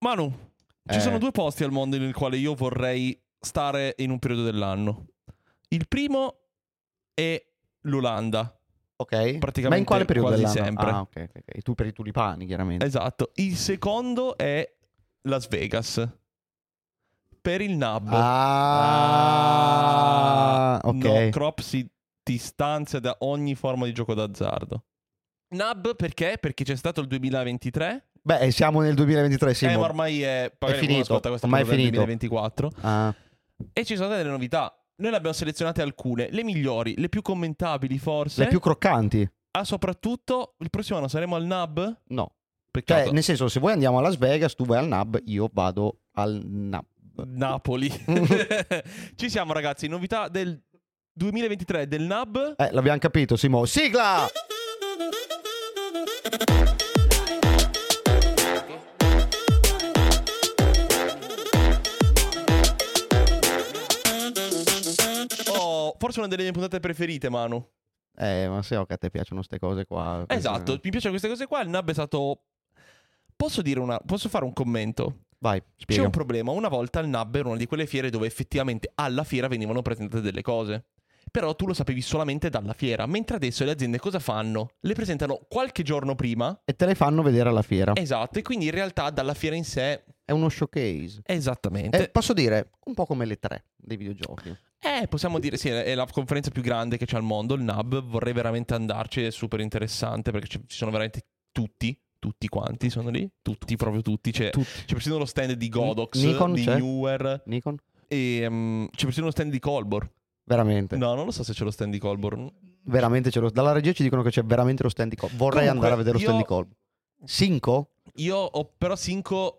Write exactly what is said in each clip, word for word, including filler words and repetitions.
Manu, ci Eh. sono due posti al mondo nel quale io vorrei stare in un periodo dell'anno. Il primo è l'Olanda. Ok. Praticamente Ma in quale periodo quasi dell'anno? sempre. Ah, ok, ok, ok. Tu per i tulipani, chiaramente. Esatto. Il secondo è Las Vegas. Per il N A B. Ah, ok. No, Crop si distanzia da ogni forma di gioco d'azzardo. N A B perché? Perché c'è stato il duemilaventitré. Beh, siamo nel duemilaventitré, sì. Eh, mo- ma ormai è, è magari finito. qualcuno ascolta questa Ormai è cosa del finito. duemilaventiquattro. Ah. E ci sono state delle novità. Noi le abbiamo selezionate alcune, le migliori, le più commentabili forse. Le più croccanti? Ah, soprattutto, il prossimo anno saremo al N A B? No. Peccato. Cioè, nel senso, se voi andiamo a Las Vegas, tu vai al N A B, io vado al N A B. Napoli. Ci siamo, ragazzi, novità del duemilaventitré del N A B. Eh, l'abbiamo capito, Simo. Sigla! Oh, forse una delle mie puntate preferite, Manu. Eh, ma se ho che a te piacciono queste cose qua. Esatto, queste- mi piacciono queste cose qua. Il N A B è stato... Posso dire una... Posso fare un commento? Vai, C'è spiega. un problema. Una volta il N A B era una di quelle fiere dove effettivamente alla fiera venivano presentate delle cose. Però tu lo sapevi solamente dalla fiera. Mentre adesso le aziende cosa fanno? Le presentano qualche giorno prima. E te le fanno vedere alla fiera. Esatto, e quindi in realtà dalla fiera in sé... È uno showcase. Esattamente. Eh, posso dire, un po' come le tre dei videogiochi. Eh, possiamo dire, sì, è la conferenza più grande che c'è al mondo, il N A B. Vorrei veramente andarci, è super interessante perché ci sono veramente tutti, tutti quanti sono lì, tutti, proprio tutti. C'è, Tutti. c'è persino lo stand di Godox, Nikon di c'è? Newer Nikon? e um, c'è persino lo stand di Colbor. Veramente. No, non lo so se c'è lo stand di Colbor. Veramente ce lo... Dalla regia ci dicono che c'è veramente lo stand di Colb. Vorrei Comunque, andare a vedere lo stand io- di Colb. Cinco? Io ho però cinque...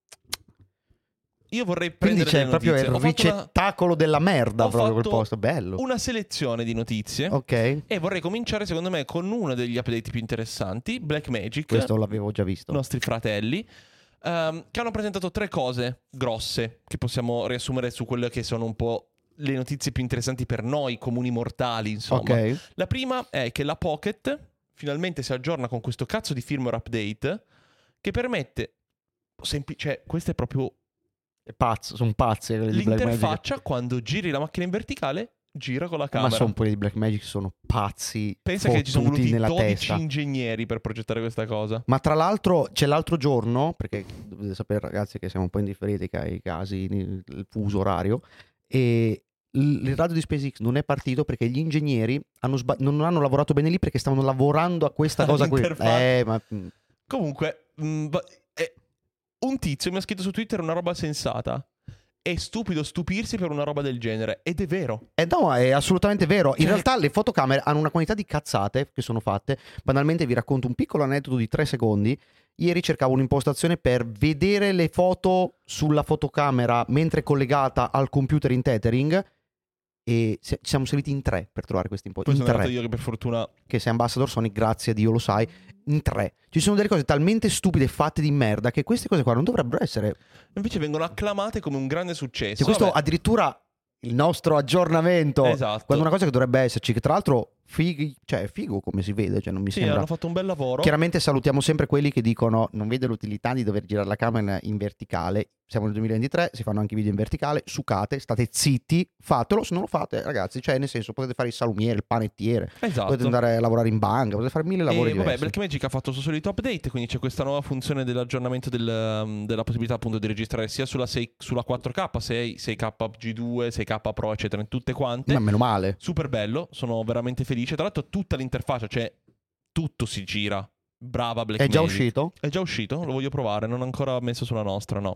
Io vorrei Quindi prendere c'è delle proprio notizie. il Ho fatto una- ricettacolo della merda, ho proprio quel fatto posto. Bello. una selezione di notizie. Ok. E vorrei cominciare secondo me con uno degli update più interessanti, Blackmagic, Questo l'avevo già visto. nostri fratelli, ehm, che hanno presentato tre cose grosse che possiamo riassumere su quelle che sono un po' le notizie più interessanti per noi comuni mortali, insomma. Ok. La prima è che la Pocket finalmente si aggiorna con questo cazzo di firmware update che permette sempli- cioè questo è proprio È pazzo, sono pazzi quelli di Blackmagic. l'interfaccia quando giri la macchina in verticale gira con la camera. Ma sono quelli di Blackmagic, sono pazzi. Pensa che ci sono fottuti voluti nella dodici testa. ingegneri per progettare questa cosa. Ma tra l'altro c'è l'altro giorno, perché dovete sapere ragazzi che siamo un po' indifferiti ai casi, il fuso orario, e il il radio di SpaceX non è partito perché gli ingegneri hanno sba- non hanno lavorato bene lì perché stavano lavorando a questa cosa qui. All'interfaccia. Eh, ma... Comunque, mh, va- eh, un tizio mi ha scritto su Twitter una roba sensata. È stupido stupirsi per una roba del genere. Ed è vero. Eh no, è assolutamente vero. In Cioè- realtà le fotocamere hanno una quantità di cazzate che sono fatte. Banalmente vi racconto un piccolo aneddoto di tre secondi. Ieri cercavo un'impostazione per vedere le foto sulla fotocamera mentre collegata al computer in tethering e se- ci siamo serviti in tre per trovare questa Poi impostazione. sono In arrivato tre, io che per fortuna... che sei ambassador Sony, grazie a Dio lo sai. In tre. Ci sono delle cose talmente stupide fatte di merda che queste cose qua non dovrebbero essere... Invece vengono acclamate come un grande successo. Cioè, questo Vabbè, addirittura il nostro aggiornamento. Esatto. Quando una cosa che dovrebbe esserci, che tra l'altro fighi, cioè è figo come si vede, cioè non mi sì, sembra. hanno fatto un bel lavoro. Chiaramente salutiamo sempre quelli che dicono non vedo l'utilità di dover girare la camera in verticale. Siamo nel duemilaventitré, si fanno anche video in verticale, sucate, state zitti, fatelo, se non lo fate ragazzi, cioè nel senso potete fare il salumiere, il panettiere, Esatto. potete andare a lavorare in banca, potete fare mille lavori E vabbè, diversi. Blackmagic ha fatto il suo solito update, quindi c'è questa nuova funzione dell'aggiornamento del, um, della possibilità appunto di registrare sia sulla, sei, sulla quattro K, sei, sei K G due, sei K Pro, eccetera, in tutte quante. Ma meno male. Super bello, sono veramente felice. Tra l'altro tutta l'interfaccia, cioè tutto si gira. Brava È Blackmagic. già uscito? È già uscito, lo voglio provare, non ho ancora messo sulla nostra, no.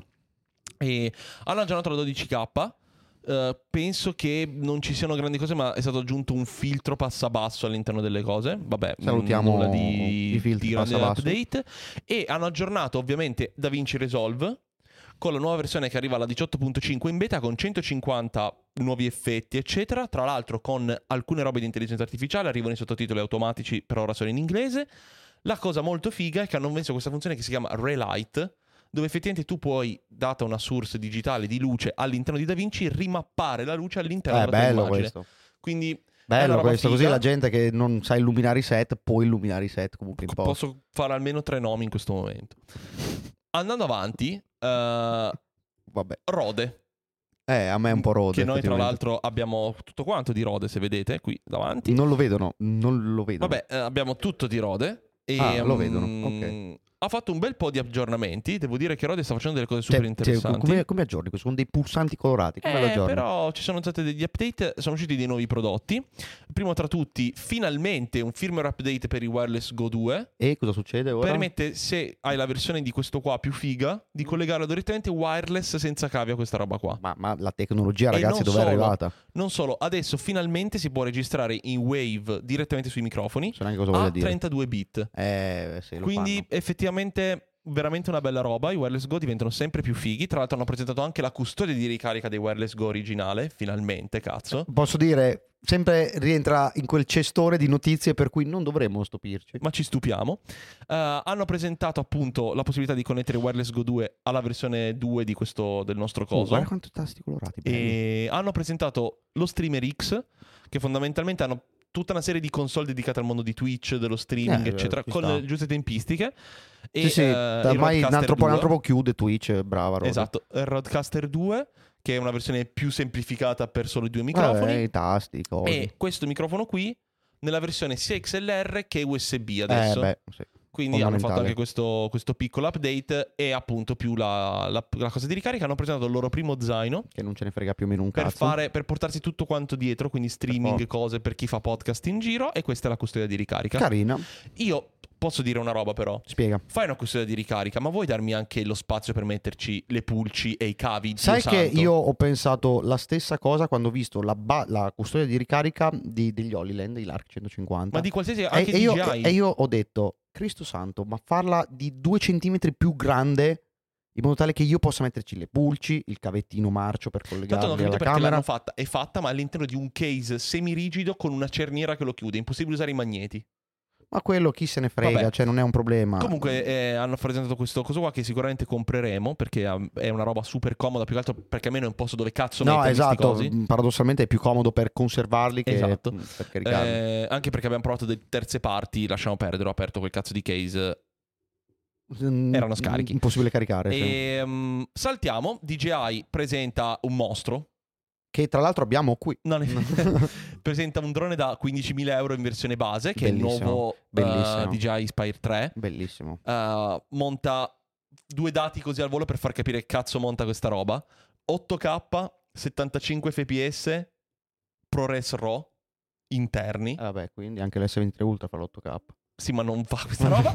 E hanno aggiornato la dodici K. Uh, penso che non ci siano grandi cose, ma è stato aggiunto un filtro passabasso all'interno delle cose. Vabbè, Salutiamo nulla di, i filtri di grande passabasso. update. E hanno aggiornato ovviamente DaVinci Resolve con la nuova versione che arriva alla diciotto punto cinque in beta con centocinquanta nuovi effetti eccetera. Tra l'altro con alcune robe di intelligenza artificiale, arrivano i sottotitoli automatici, per ora sono in inglese. La cosa molto figa è che hanno messo questa funzione che si chiama Relight, dove effettivamente tu puoi, data una source digitale di luce all'interno di DaVinci, rimappare la luce all'interno Eh, della tua bello immagine. questo. Quindi è Bello una roba questo, figa. così la gente che non sa illuminare i set può illuminare i set comunque in posto. Posso fare almeno tre nomi in questo momento. Andando avanti, Uh, Vabbè. Rode. Eh, a me è un po' Rode. Che noi tra l'altro abbiamo tutto quanto di Rode, se vedete qui davanti. Non lo vedono, non lo vedono. Vabbè, eh, abbiamo tutto di Rode. E, ah, lo um, vedono, ok. Ha fatto un bel po' di aggiornamenti. Devo dire che Rode sta facendo delle cose Cioè, super interessanti. Cioè, come, come aggiorni? Sono dei pulsanti colorati. Come lo Eh, aggiorni? però ci sono stati degli update, sono usciti dei nuovi prodotti. Primo tra tutti, finalmente un firmware update per il Wireless Go due. E cosa succede ora? Permette, se hai la versione di questo qua più figa, di collegarlo direttamente wireless senza cavi a questa roba qua. Ma, ma la tecnologia, E ragazzi, non dove è solo, arrivata? Non solo, adesso finalmente si può registrare in Wave direttamente sui microfoni Non so neanche cosa voglia a dire. trentadue bit. Eh, sì, lo Quindi fanno. effettivamente veramente una bella roba. I Wireless Go diventano sempre più fighi. Tra l'altro hanno presentato anche la custodia di ricarica dei Wireless Go originale. Finalmente, cazzo. Posso dire, sempre rientra in quel cestone di notizie per cui non dovremmo stupirci. Ma ci stupiamo. Uh, hanno presentato appunto la possibilità di connettere Wireless Go due alla versione due di questo, del nostro Oh, coso. guarda quanto tasti colorati. Belli. E hanno presentato lo Streamer X, che fondamentalmente hanno tutta una serie di console dedicate al mondo di Twitch, dello streaming, Eh, eccetera, ci con sta. le giuste tempistiche. E, Sì, sì, eh, il ormai un Rodecaster altro, po', un due. altro po' chiude Twitch, brava Rode. Esatto, il Rodecaster due, che è una versione più semplificata per solo i due microfoni. Eh, i tasti, i cosi. E questo microfono qui nella versione sia X L R che U S B adesso. Eh, beh, sì. Quindi hanno fatto fondamentale. anche questo, questo piccolo update e appunto più la, la, la cosa di ricarica. Hanno presentato il loro primo zaino Che non ce ne frega più o meno un per, cazzo. fare, per portarsi tutto quanto dietro, quindi streaming, Per cose per chi fa podcast in giro, e questa è la custodia di ricarica. Carina. Io posso dire una roba però. Spiega. Fai una custodia di ricarica, ma vuoi darmi anche lo spazio per metterci le pulci e i cavi? Dio Sai che santo? io ho pensato la stessa cosa quando ho visto la, ba- la custodia di ricarica di- degli Holyland, i Lark centocinquanta. Ma di qualsiasi, e, anche e io, D J I. e io ho detto, Cristo santo, ma farla di due centimetri più grande in modo tale che io possa metterci le pulci, il cavettino marcio per Tanto non collegarli capite alla perché camera. l'hanno fatta. È fatta, ma all'interno di un case semirigido con una cerniera che lo chiude. È impossibile usare i magneti. Ma quello chi se ne frega, Vabbè. cioè non è un problema. Comunque eh, hanno presentato questo coso qua che sicuramente compreremo, perché um, è una roba super comoda, più che altro perché almeno è un posto dove cazzo No, metterli sti esatto, cosi. paradossalmente è più comodo per conservarli che Esatto. per caricarli. Eh, anche perché abbiamo provato delle terze parti, lasciamo perdere, ho aperto quel cazzo di case. Mm, erano scarichi. Impossibile caricare. sì. E um, saltiamo, D J I presenta un mostro. Che tra l'altro abbiamo qui. Non è... presenta un drone da quindicimila euro in versione base, che Bellissimo, è il nuovo bellissimo. uh, D J I Spire tre. Bellissimo. Uh, monta due dati così al volo per far capire che cazzo monta questa roba. otto K, settantacinque F P S, ProRes RAW interni. Eh, vabbè, quindi anche l'S ventitré Ultra fa l'otto K. Sì, ma non fa questa roba.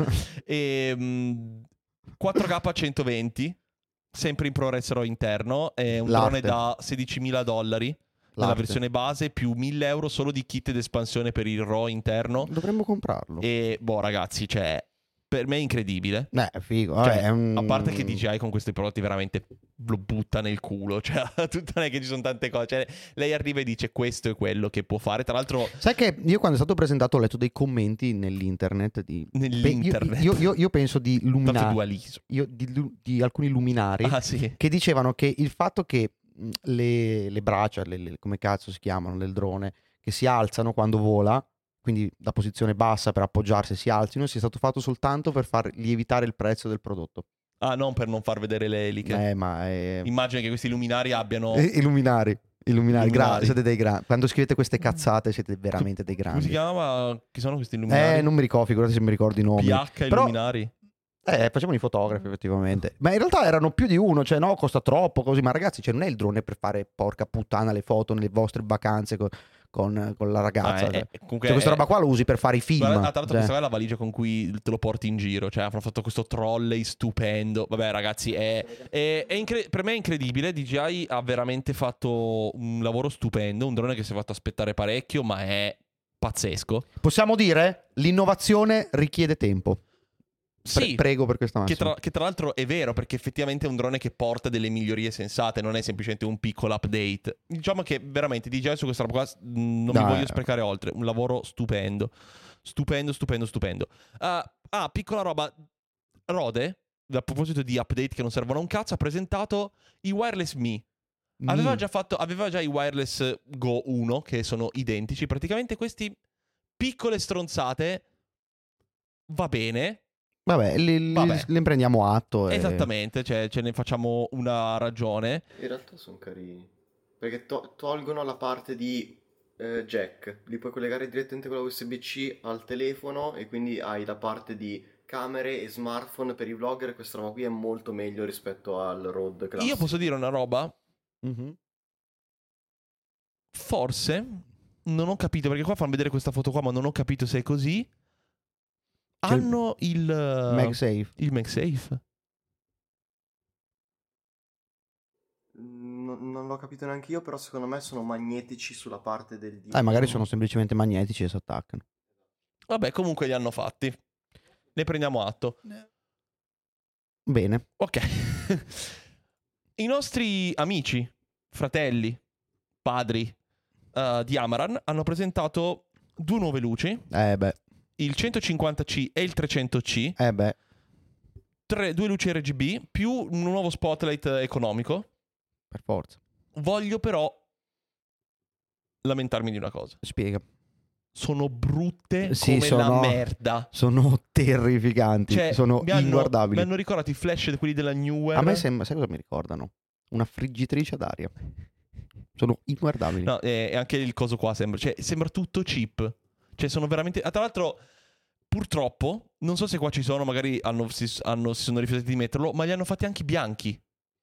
E um, quattro K centoventi, sempre in ProRes RAW interno. È un L'arte. drone da sedicimila dollari nella L'arte. versione base, più mille euro solo di kit d'espansione per il RAW interno. Dovremmo comprarlo. E boh, ragazzi, cioè, per me è incredibile. Eh, figo. Cioè, Vabbè, è un... a parte che D J I con questi prodotti veramente lo butta nel culo. Cioè, tutto non è che ci sono tante cose. Cioè, lei arriva e dice questo è quello che può fare. Tra l'altro, Sai che io quando è stato presentato ho letto dei commenti nell'internet di... nell'internet. Beh, io, io, io penso di tanto luminari. dualiso. Io, di, lu- di alcuni luminari Ah, sì. che dicevano che il fatto che mh, le, le braccia, le- le- come cazzo si chiamano, del drone, che si alzano quando vola, quindi da posizione bassa per appoggiarsi si alzino, sia stato fatto soltanto per far lievitare il prezzo del prodotto. Ah, non per non far vedere le eliche. Eh, ma è... Immagino che questi luminari abbiano... Eh, I luminari. I luminari, gra- Luminari. siete dei grandi. Quando scrivete queste cazzate siete veramente dei Come grandi. si chiama? Chi sono questi luminari? Eh, non mi ricordo, figurati se mi ricordo i nomi. P H Però- Illuminari? Eh, facevano i fotografi effettivamente. Ma in realtà erano più di uno, cioè no, costa troppo così. Ma ragazzi, cioè non è il drone per fare porca puttana le foto nelle vostre vacanze con, con, con la ragazza. Ah, è- cioè. è- comunque Cioè, questa è- roba qua lo usi per fare i film. Guarda, ah, tra l'altro cioè. questa qua è la valigia con cui te lo porti in giro. Cioè, hanno fatto questo trolley stupendo. Vabbè, ragazzi, è, è- è incre- per me è incredibile. D J I ha veramente fatto un lavoro stupendo. Un drone che si è fatto aspettare parecchio, ma è pazzesco. Possiamo dire, l'innovazione richiede tempo. Pre- Sì, prego per questa che massima. tra, che tra l'altro è vero, perché effettivamente è un drone che porta delle migliorie sensate, non è semplicemente un piccolo update. Diciamo che veramente D J I su questa roba qua mh, non No, mi voglio eh. sprecare oltre. Un lavoro stupendo. Stupendo, stupendo, stupendo. Ah, ah, piccola roba. Rode, a proposito di update che non servono a un cazzo, ha presentato i Wireless Me. Aveva Mi- già fatto, aveva già i Wireless Go uno, che sono identici. Praticamente questi piccole stronzate va bene. Vabbè, li, li, Vabbè. ne prendiamo atto. E... Esattamente, cioè ce ne facciamo una ragione. In realtà sono carini. Perché to- tolgono la parte di eh, jack. Li puoi collegare direttamente con la U S B C al telefono e quindi hai la parte di camere e smartphone per i vlogger. Questa roba qui è molto meglio rispetto al Rode classico. Io posso dire una roba? Mhm. Forse, non ho capito, perché qua fanno vedere questa foto qua, ma non ho capito se è così. C'è il Hanno il... MagSafe. Il MagSafe? Non, non l'ho capito neanche io, però secondo me sono magnetici sulla parte del dito. Eh, magari sono semplicemente magnetici e si attaccano. Vabbè, comunque li hanno fatti. Ne prendiamo atto. Bene. Ok. I nostri amici, fratelli, padri uh, di Amaran hanno presentato due nuove luci, Eh beh, il centocinquanta C e il trecento C, eh beh. tre, due luci R G B più un nuovo spotlight economico. Per forza. Voglio però lamentarmi di una cosa. Spiega. Sono brutte Sì, come sono- la merda. Sono terrificanti. Cioè, sono mi hanno, inguardabili. mi hanno ricordato i flash quelli della Newer. A me sembra, sai cosa mi ricordano? Una friggitrice ad aria. Sono inguardabili. No, e e anche il coso qua sembra, cioè, sembra tutto cheap. Cioè, sono veramente... ah, tra l'altro, purtroppo, non so se qua ci sono, magari hanno, si, hanno- si sono rifiutati di metterlo, ma li hanno fatti anche bianchi.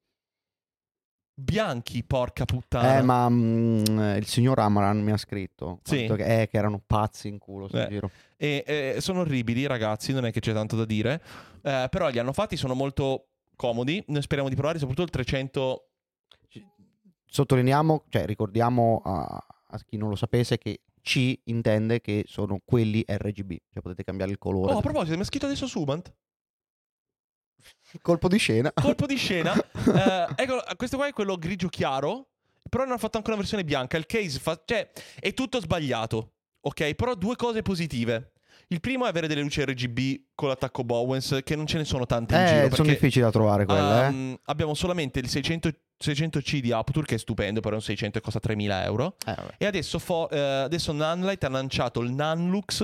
Bianchi, porca puttana. Eh, ma mm, il signor Amaran mi ha scritto. Sì. Ha detto che, eh, che erano pazzi in culo sul Eh. giro. E eh, sono orribili, ragazzi, non è che c'è tanto da dire. Eh, però li hanno fatti, sono molto comodi. Noi speriamo di provare, soprattutto il trecento... Sottolineiamo, cioè ricordiamo a, a chi non lo sapesse che C intende che sono quelli R G B. Cioè potete cambiare il colore. Oh, a proposito, mi ha scritto adesso Sumant. Colpo di scena. Colpo di scena. Eh, ecco, questo qua è quello grigio chiaro. Però ne hanno fatto anche una versione bianca. Il case fa... cioè, è tutto sbagliato. Ok? Però due cose positive. Il primo è avere delle luci R G B con l'attacco Bowens, che non ce ne sono tante in Eh, giro. sono perché, difficili da trovare quelle, eh. um, abbiamo solamente il seicento, seicento C di Aputure, che è stupendo, però è un seicento e costa tremila euro. Eh, vabbè. E adesso, fo- eh, adesso Nanlite ha lanciato il Nanlux,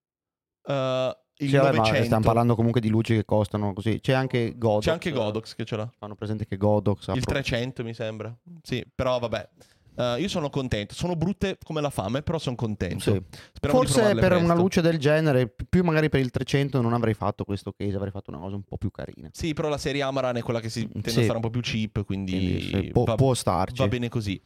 eh, il Sì, vabbè, ma novecento. stiamo parlando comunque di luci che costano così. C'è anche Godox. C'è anche Godox che ce l'ha. Fanno presente che Godox ha Il pro- trecento mi sembra. Sì, però vabbè. Eh, io sono contento. Sono brutte come la fame, però sono contento. Sì. Speriamo di Forse provarle per presto. una luce del genere, più magari per il trecento, non avrei fatto questo case, avrei fatto una cosa un po' più carina. Sì, però la serie Amaran è quella che si tende Sì. a stare un po' più cheap, quindi, Quindi sì, può, va, può starci. va bene così.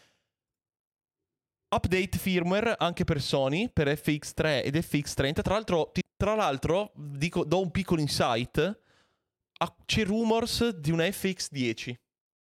Update firmware anche per Sony, per F X tre ed F X trenta. Tra l'altro, ti- tra l'altro dico, do un piccolo insight. Ah, c'è rumors di una F X dieci.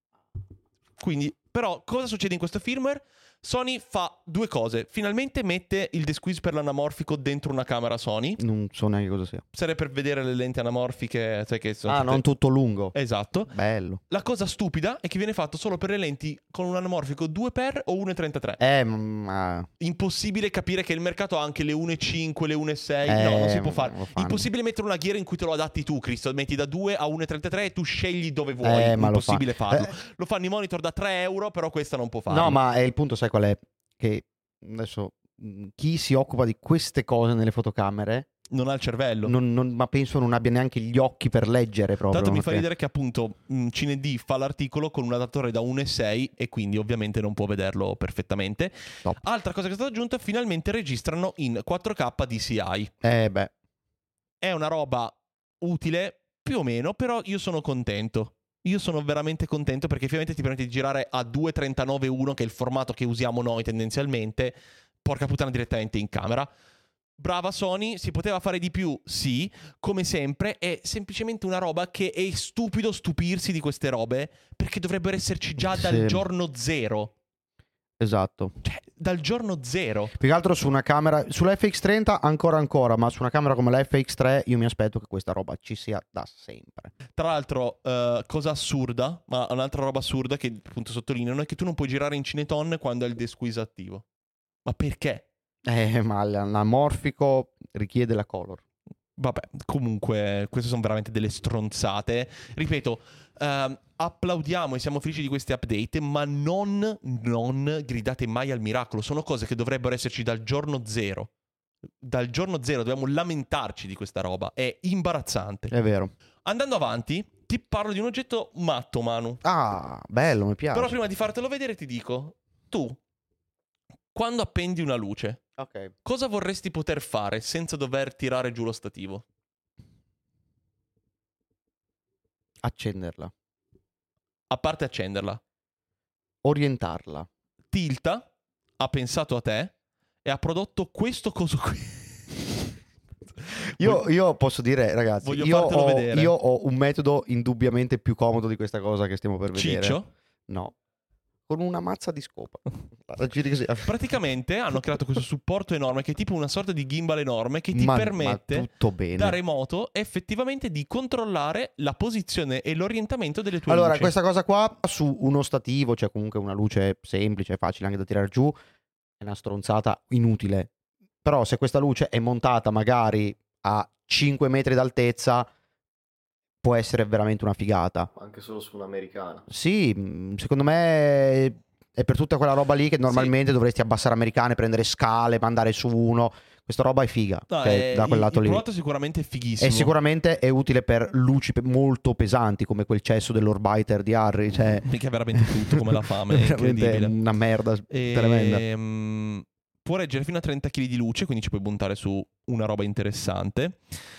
Quindi, però, cosa succede in questo firmware? Sony fa due cose. Finalmente mette il desqueeze per l'anamorfico dentro una camera Sony. Non so neanche cosa sia. Sarebbe per vedere le lenti anamorfiche, sai che sono Ah, tutte- non tutto lungo. Esatto. Bello. La cosa stupida è che viene fatto solo per le lenti con un anamorfico due x o uno virgola trentatré. Eh, ma... Impossibile capire che il mercato ha anche le uno virgola cinque, le uno virgola sei. Eh, no, non si può fare. non lo fanno. Impossibile mettere una gear in cui te lo adatti tu, Cristo. Metti da due a uno virgola trentatré e tu scegli dove vuoi. Eh, ma lo fa. Impossibile farlo. Eh. Lo fanno i monitor da tre euro, però questa non può farlo. No, ma è il punto, sai qual è? Che adesso mh, chi si occupa di queste cose nelle fotocamere, Non ha il cervello. non- non- ma penso non abbia neanche gli occhi per leggere proprio. Tanto mi fa perché- ridere che appunto mh, CineD fa l'articolo con un adattatore da uno virgola sei e quindi ovviamente non può vederlo perfettamente. Top. Altra cosa che è stata aggiunta, finalmente registrano in quattro K D C I. Eh beh, È una roba utile, più o meno, però io sono contento. Io sono veramente contento perché finalmente ti permette di girare a due trentanove uno, che è il formato che usiamo noi tendenzialmente, porca puttana, direttamente in camera. Brava Sony, si poteva fare di più? Sì, come sempre, è semplicemente una roba che è stupido stupirsi di queste robe, perché dovrebbero esserci già dal Sì. giorno zero. esatto. Cioè, dal giorno zero. Più che altro su una camera, sulla F X trenta ancora ancora, ma su una camera come la F X tre io mi aspetto che questa roba ci sia da sempre. Tra l'altro, eh, cosa assurda, ma un'altra roba assurda che appunto sottolineano è che tu non puoi girare in Cineton quando hai il desqueeze attivo. Ma perché? Eh, ma l'anamorfico richiede la color. Vabbè, comunque, queste sono veramente delle stronzate. Ripeto, ehm, applaudiamo e siamo felici di queste update, ma non, non gridate mai al miracolo. Sono cose che dovrebbero esserci dal giorno zero. dal giorno zero dobbiamo lamentarci di questa roba. È imbarazzante. È vero. Andando avanti, ti parlo di un oggetto matto, Manu. Ah, bello, mi piace. Però prima di fartelo vedere ti dico, tu, quando appendi una luce, Ok. cosa vorresti poter fare senza dover tirare giù lo stativo? Accenderla. A parte accenderla. Orientarla. Tilta ha pensato a te e ha prodotto questo coso qui. Io, io posso dire, ragazzi, Voglio io fartelo ho, vedere. io ho un metodo indubbiamente più comodo di questa cosa che stiamo per vedere. Ciccio? No. Con una mazza di scopa. Giri così. Praticamente hanno creato questo supporto enorme che è tipo una sorta di gimbal enorme che ti Ma- permette ma tutto bene. da remoto effettivamente di controllare la posizione e l'orientamento delle tue Allora, luci. questa cosa qua su uno stativo, cioè comunque una luce semplice, facile anche da tirare giù, è una stronzata inutile. Però se questa luce è montata magari a cinque metri d'altezza, può essere veramente una figata. Anche solo su un'americana. Sì, mh, secondo me è per tutta quella roba lì che normalmente dovresti abbassare americane, prendere scale, mandare su uno. Questa roba è figa, No, cioè, è- da quel il, lato il lì. prodotto sicuramente è fighissimo. E sicuramente è utile per luci pe- molto pesanti come quel cesso dell'Orbiter di Harry. Cioè... Mica veramente tutto come la fame, è Veramente incredibile. una merda E, tremenda. mm, può reggere fino a trenta chili di luce, quindi ci puoi puntare su una roba interessante.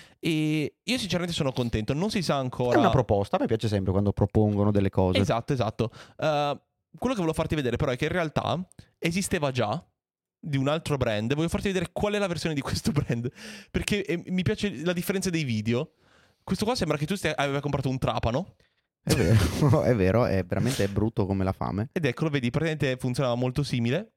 E io sinceramente sono contento, non si sa ancora... È una proposta, a me piace sempre quando propongono delle cose. Esatto, esatto. Uh, quello che volevo farti vedere però è che in realtà esisteva già di un altro brand. Voglio farti vedere qual è la versione di questo brand, perché eh, mi piace la differenza dei video. Questo qua sembra che tu stia, aveva comprato un trapano. È vero, è vero, è veramente brutto come la fame. Ed eccolo, vedi, praticamente funzionava molto simile.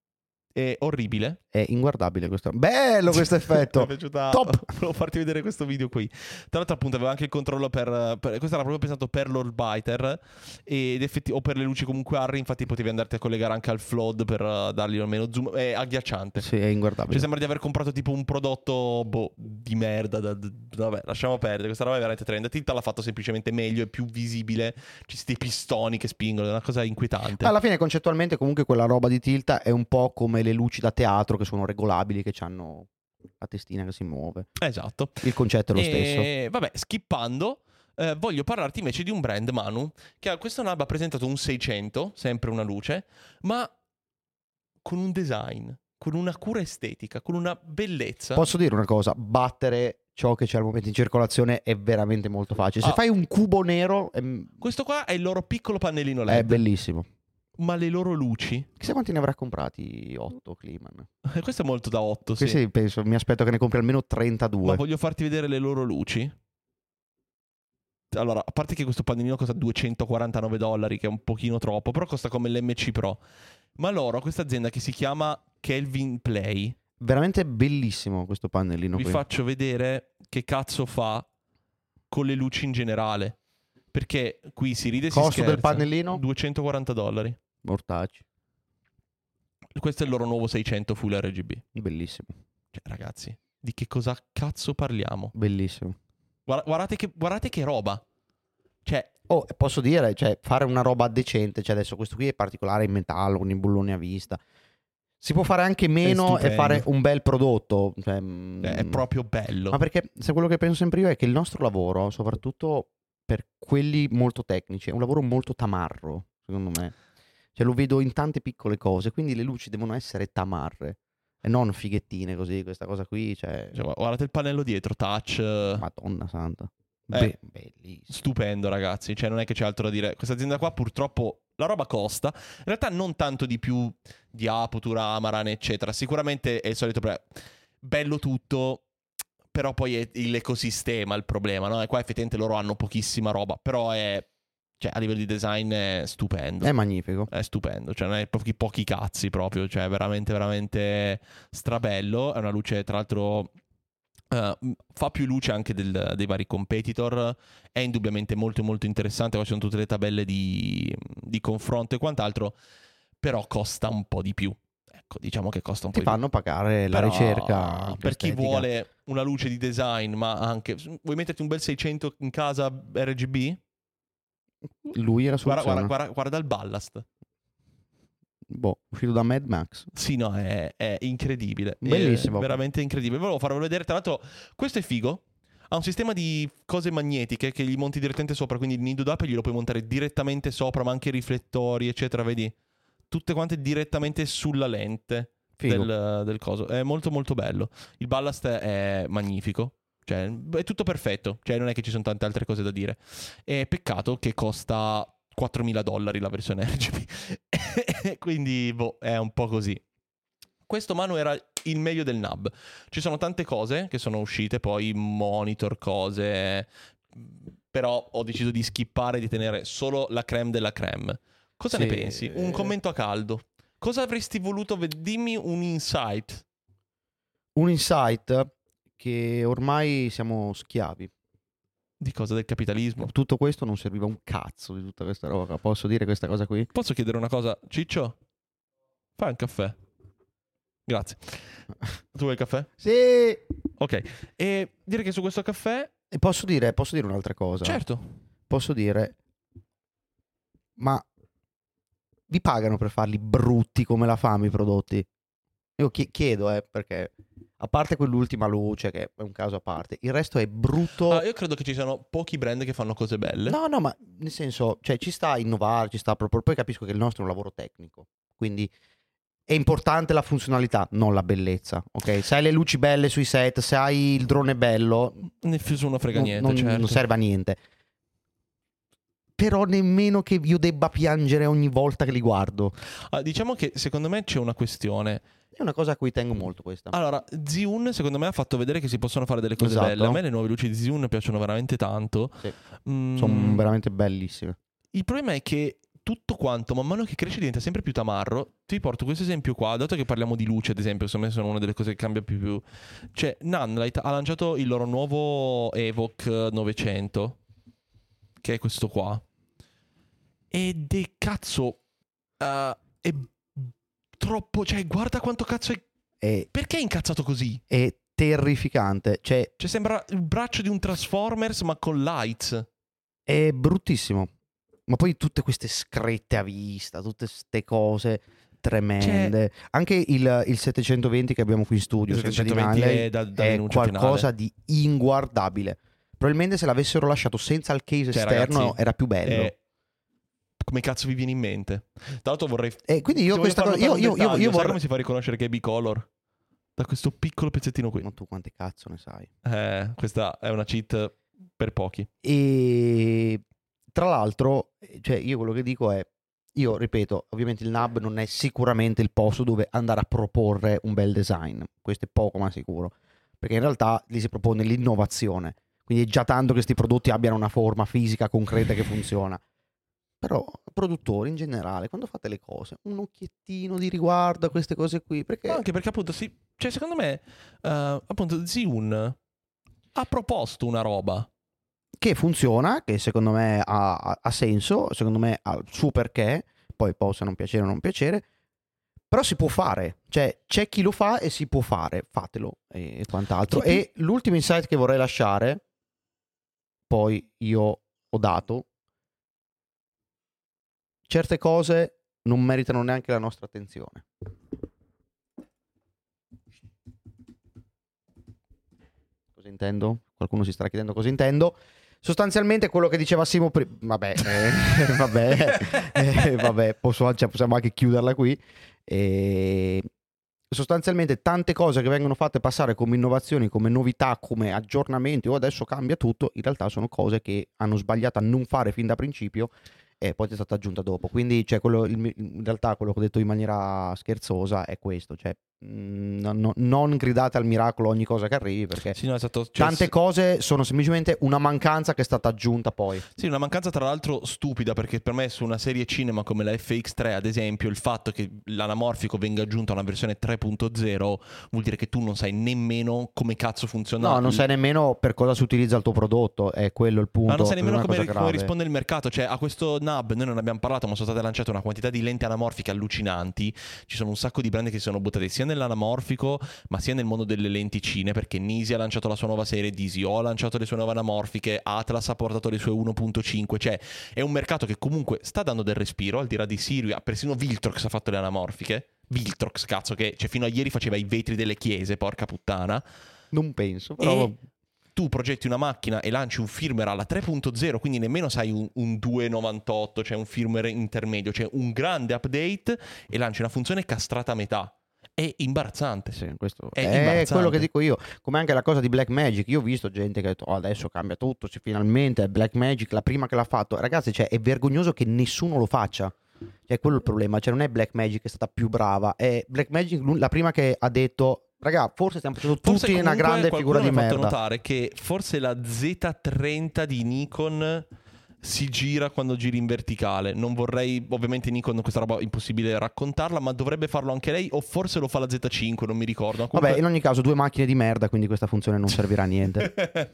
È orribile. È inguardabile questo. Bello questo effetto. Mi è piaciuta. Top. Volevo farti vedere questo video qui. Tra l'altro appunto aveva anche il controllo per, per questo era proprio pensato per l'Orbiter ed effetti, o per le luci comunque Harry, infatti potevi andarti a collegare anche al flood per uh, dargli almeno zoom. È agghiacciante. Sì, è inguardabile. Cioè sembra di aver comprato tipo un prodotto boh, di merda. Da, da, vabbè, lasciamo perdere. Questa roba è veramente tremenda. Tilta l'ha fatto semplicemente meglio, è più visibile. Ci sono dei pistoni che spingono, è una cosa inquietante. Alla fine concettualmente comunque quella roba di Tilta è un po' come le luci da teatro che sono regolabili, che hanno la testina che si muove. Esatto. Il concetto è lo e, stesso. Vabbè, skippando, eh, voglio parlarti invece di un brand, Manu, che a questo nab ha presentato un seicento, sempre una luce, ma con un design, con una cura estetica, con una bellezza. Posso dire una cosa? Battere ciò che c'è al momento in circolazione è veramente molto facile. Se Ah. fai un cubo nero è, Questo qua è il loro piccolo pannellino L E D. è bellissimo. Ma le loro luci? Chissà quanti ne avrà comprati? otto Kliman. Questo è molto da otto, sì. Questi penso, mi aspetto che ne compri almeno trentadue. Ma voglio farti vedere le loro luci. Allora, a parte che questo pannellino costa duecentoquarantanove dollari, che è un pochino troppo, però costa come l'M C Pro. Ma loro, questa azienda che si chiama Kelvin Play, Veramente bellissimo questo pannellino vi qui. faccio vedere che cazzo fa con le luci in generale. Perché qui si ride e si Costo scherza. del pannellino? duecentoquaranta dollari. Mortacci. Questo è il loro nuovo seicento Full R G B. Bellissimo. Cioè, ragazzi, di che cosa cazzo parliamo? Bellissimo. Guarda- Guardate che, guardate che roba. Cioè, Oh, posso dire, cioè, fare una roba decente, cioè adesso questo qui è particolare in metallo, con i bulloni a vista. Si può fare anche meno e stupendo. fare un bel prodotto. Cioè, mm, è proprio bello. Ma perché se quello che penso sempre io è che il nostro lavoro, soprattutto per quelli molto tecnici, è un lavoro molto tamarro, secondo me. Cioè lo vedo in tante piccole cose, quindi le luci devono essere tamarre e non fighettine così, questa cosa qui, cioè... Cioè, guardate il pannello dietro, touch. eh, Madonna santa. Eh. Be- bellissimo. Stupendo, ragazzi. Cioè, non è che c'è altro da dire. Questa azienda qua, purtroppo, la roba costa. In realtà, non tanto di più di Aputure, Amaran, eccetera. Sicuramente è il solito pre- bello tutto. Però poi è l'ecosistema il problema, no? E qua effettivamente loro hanno pochissima roba. Però è. Cioè, a livello di design è stupendo. È magnifico. È stupendo, cioè non è pochi, pochi cazzi proprio, cioè veramente veramente strabello. È una luce tra l'altro uh, fa più luce anche del, dei vari competitor, è indubbiamente molto molto interessante, qua ci sono tutte le tabelle di, di confronto e quant'altro, però costa un po' di più. Ecco, diciamo che costa un Ti po' di fanno pagare più. la Però, ricerca per chi estetica. vuole una luce di design, ma anche vuoi metterti un bel seicento in casa R G B? Lui era Guarda, soluzione. guarda, guarda, guarda il ballast. Boh. Uscito da Mad Max. Sì, no, è, è incredibile. Bellissimo. È veramente incredibile. Volevo farvelo vedere. Tra l'altro, questo è figo. Ha un sistema di cose magnetiche che gli monti direttamente sopra. Quindi il nido d'ape glielo puoi montare direttamente sopra, ma anche i riflettori, eccetera. Vedi? Tutte quante direttamente sulla lente del, del coso. È molto molto bello. Il ballast è magnifico. Cioè, è tutto perfetto. Cioè, non è che ci sono tante altre cose da dire. È peccato che costa quattromila dollari la versione R G B. Quindi, boh, è un po' così. Questo, Manu, era il meglio del nub. Ci sono tante cose che sono uscite, poi monitor, cose. Però ho deciso di skippare, di tenere solo la creme della creme. Cosa Sì. ne pensi? Un commento a caldo. Cosa avresti voluto? ved- Dimmi un insight. Un insight che ormai siamo schiavi. Di cosa? Del capitalismo? Tutto questo non serviva un cazzo di tutta questa roba. Posso dire questa cosa qui? Posso chiedere una cosa? Ciccio? Fai un caffè. Grazie. Tu vuoi il caffè? Sì. E Ok. E dire che su questo caffè... posso dire, posso dire un'altra cosa? Certo. Posso dire, ma vi pagano per farli brutti come la fame i prodotti? Io chi- chiedo, eh, perché a parte quell'ultima luce che è un caso a parte, il resto è brutto. Ah, io credo che ci siano pochi brand che fanno cose belle. No, no, ma nel senso, cioè ci sta a innovare, ci sta a proporre. Poi capisco che il nostro è un lavoro tecnico, quindi è importante la funzionalità, non la bellezza, ok? Se hai le luci belle sui set, se hai il drone bello, Nessuno frega non, niente, non- certo. non serve a niente. Però nemmeno che io debba piangere ogni volta che li guardo. Ah, diciamo che secondo me c'è una questione. È una cosa a cui tengo molto questa. Allora, Zhiyun secondo me ha fatto vedere che si possono fare delle cose Esatto. belle. A me le nuove luci di Zhiyun piacciono veramente tanto. Sì. Mm, Sono veramente bellissime. Il problema è che tutto quanto, man mano che cresce, diventa sempre più tamarro. Ti porto questo esempio qua, dato che parliamo di luce, ad esempio, secondo me sono una delle cose che cambia più più. Cioè, Nanlite ha lanciato il loro nuovo Evoque novecento, che è questo qua. Ed è cazzo... eh, è troppo... Cioè, guarda quanto cazzo è... È, Perché è incazzato così? è terrificante. Cioè, Cioè, sembra il braccio di un Transformers, ma con lights. è bruttissimo. Ma poi tutte queste scritte a vista, tutte queste cose tremende. Anche il, il settecentoventi che abbiamo qui in studio, Il sempre di settecentoventi Nanley, è da- da è denuncia qualcosa di inguardabile. Probabilmente se l'avessero lasciato senza il case Cioè, esterno ragazzi, era più bello. Eh, come cazzo vi viene in mente? Tra l'altro vorrei... E quindi io Ti voglio questa far cosa... notare Io, un io, io, dettaglio. io Sai vorrei... come si fa a riconoscere che è bicolor? Da questo piccolo pezzettino qui. Ma tu quante cazzo ne sai? Eh, questa è una cheat per pochi. E tra l'altro, cioè io quello che dico è, io ripeto, ovviamente il Nub non è sicuramente il posto dove andare a proporre un bel design, questo è poco ma sicuro, perché in realtà lì si propone l'innovazione, quindi è già tanto che questi prodotti abbiano una forma fisica concreta che funziona. Però produttori in generale, quando fate le cose, un occhiettino di riguardo a queste cose qui, perché... Ma anche perché appunto sì, cioè secondo me eh, appunto Zhiyun ha proposto una roba. che funziona, che secondo me ha, ha- ha senso, secondo me ha il suo perché, poi possa non piacere o non piacere, però si può fare, cioè c'è chi lo fa e si può fare, fatelo e, e quant'altro. Sì, E l'ultimo insight che vorrei lasciare, poi io ho dato, certe cose non meritano neanche la nostra attenzione. Cosa intendo? Qualcuno si starà chiedendo cosa intendo. Sostanzialmente quello che diceva Simo prima, vabbè, eh, vabbè, eh, vabbè, posso- cioè, possiamo anche chiuderla qui. E sostanzialmente tante cose che vengono fatte passare come innovazioni, come novità, come aggiornamenti o adesso cambia tutto, in realtà sono cose che hanno sbagliato a non fare fin da principio e poi è stata aggiunta dopo. Quindi cioè, quello, il- in realtà quello che ho detto in maniera scherzosa è questo, cioè mh, no- no- non gridate al miracolo ogni cosa che arrivi perché Sì, no, esatto. Cioè, tante s- cose sono semplicemente una mancanza che è stata aggiunta poi. Sì, una mancanza tra l'altro stupida, perché per me su una serie cinema come la F X tre, ad esempio, il fatto che l'anamorfico venga aggiunto a una versione tre punto zero vuol dire che tu non sai nemmeno come cazzo funziona. No, non il- sai nemmeno per cosa si utilizza il tuo prodotto, è quello il punto. Ma non sai è nemmeno una come, cosa come grave. risponde il mercato. Cioè, a questo nub noi non abbiamo parlato, ma sono state lanciate una quantità di lenti anamorfiche allucinanti. Ci sono un sacco di brand che si sono buttate sia nell'anamorfico ma sia nel mondo delle lenticine, perché Nisi ha lanciato la sua nuova serie, D S O ha lanciato le sue nuove anamorfiche, Atlas ha portato le sue uno punto cinque. Cioè è un mercato che comunque sta dando del respiro, al di là di Sirui. Persino Viltrox ha fatto le anamorfiche. Viltrox, cazzo, che cioè, fino a ieri faceva i vetri delle chiese, porca puttana. Non penso, però... E tu progetti una macchina e lanci un firmware alla tre punto zero, quindi nemmeno sai un, un due novantotto, cioè un firmware intermedio, cioè un grande update, e lanci una funzione castrata a metà. È imbarazzante. Sì, questo è, è imbarazzante. quello che dico io. Come anche la cosa di Blackmagic. Io ho visto gente che ha detto oh, adesso cambia tutto, cioè, finalmente è Blackmagic la prima che l'ha fatto. Ragazzi, cioè, è vergognoso che nessuno lo faccia. Cioè, quello è il problema. Cioè, non è Blackmagic che è stata più brava, è Blackmagic la prima che ha detto raga, forse stiamo facendo forse tutti una grande figura di merda. Mi ha fatto merda. notare che forse la Z trenta di Nikon si gira quando giri in verticale. Non vorrei, ovviamente Nikon questa roba è impossibile raccontarla, ma dovrebbe farlo anche lei, o forse lo fa la Z cinque, non mi ricordo. Comunque... Vabbè, in ogni caso due macchine di merda, quindi questa funzione non servirà a niente.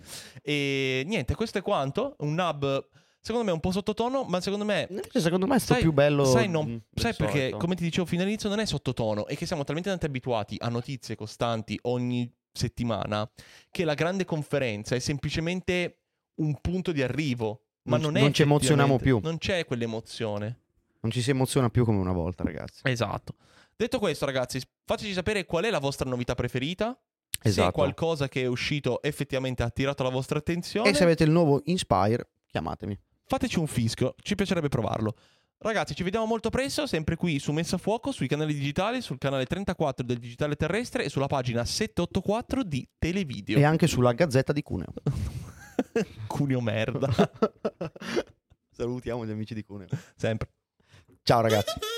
E niente, questo è quanto. Un nub secondo me un po' sottotono, ma secondo me secondo me è stato sai, più bello. Sai, non, sai perché, solito. come ti dicevo fino all'inizio, non è sottotono, è che siamo talmente tanto abituati a notizie costanti ogni settimana che la grande conferenza è semplicemente un punto di arrivo. Ma non, non, è non ci emozioniamo più. Non c'è quell'emozione. Non ci si emoziona più come una volta, ragazzi. Esatto. Detto questo, ragazzi, fateci sapere qual è la vostra novità preferita. Esatto. Se qualcosa che è uscito effettivamente ha attirato la vostra attenzione. E se avete il nuovo Inspire, chiamatemi. Fateci un fischio, ci piacerebbe provarlo. Ragazzi, ci vediamo molto presto, sempre qui su Messa a Fuoco, sui canali digitali, sul canale trentaquattro del Digitale Terrestre e sulla pagina settecentoottantaquattro di Televideo. E anche sulla Gazzetta di Cuneo. Cuneo merda. Salutiamo gli amici di Cuneo. Sempre. Ciao ragazzi.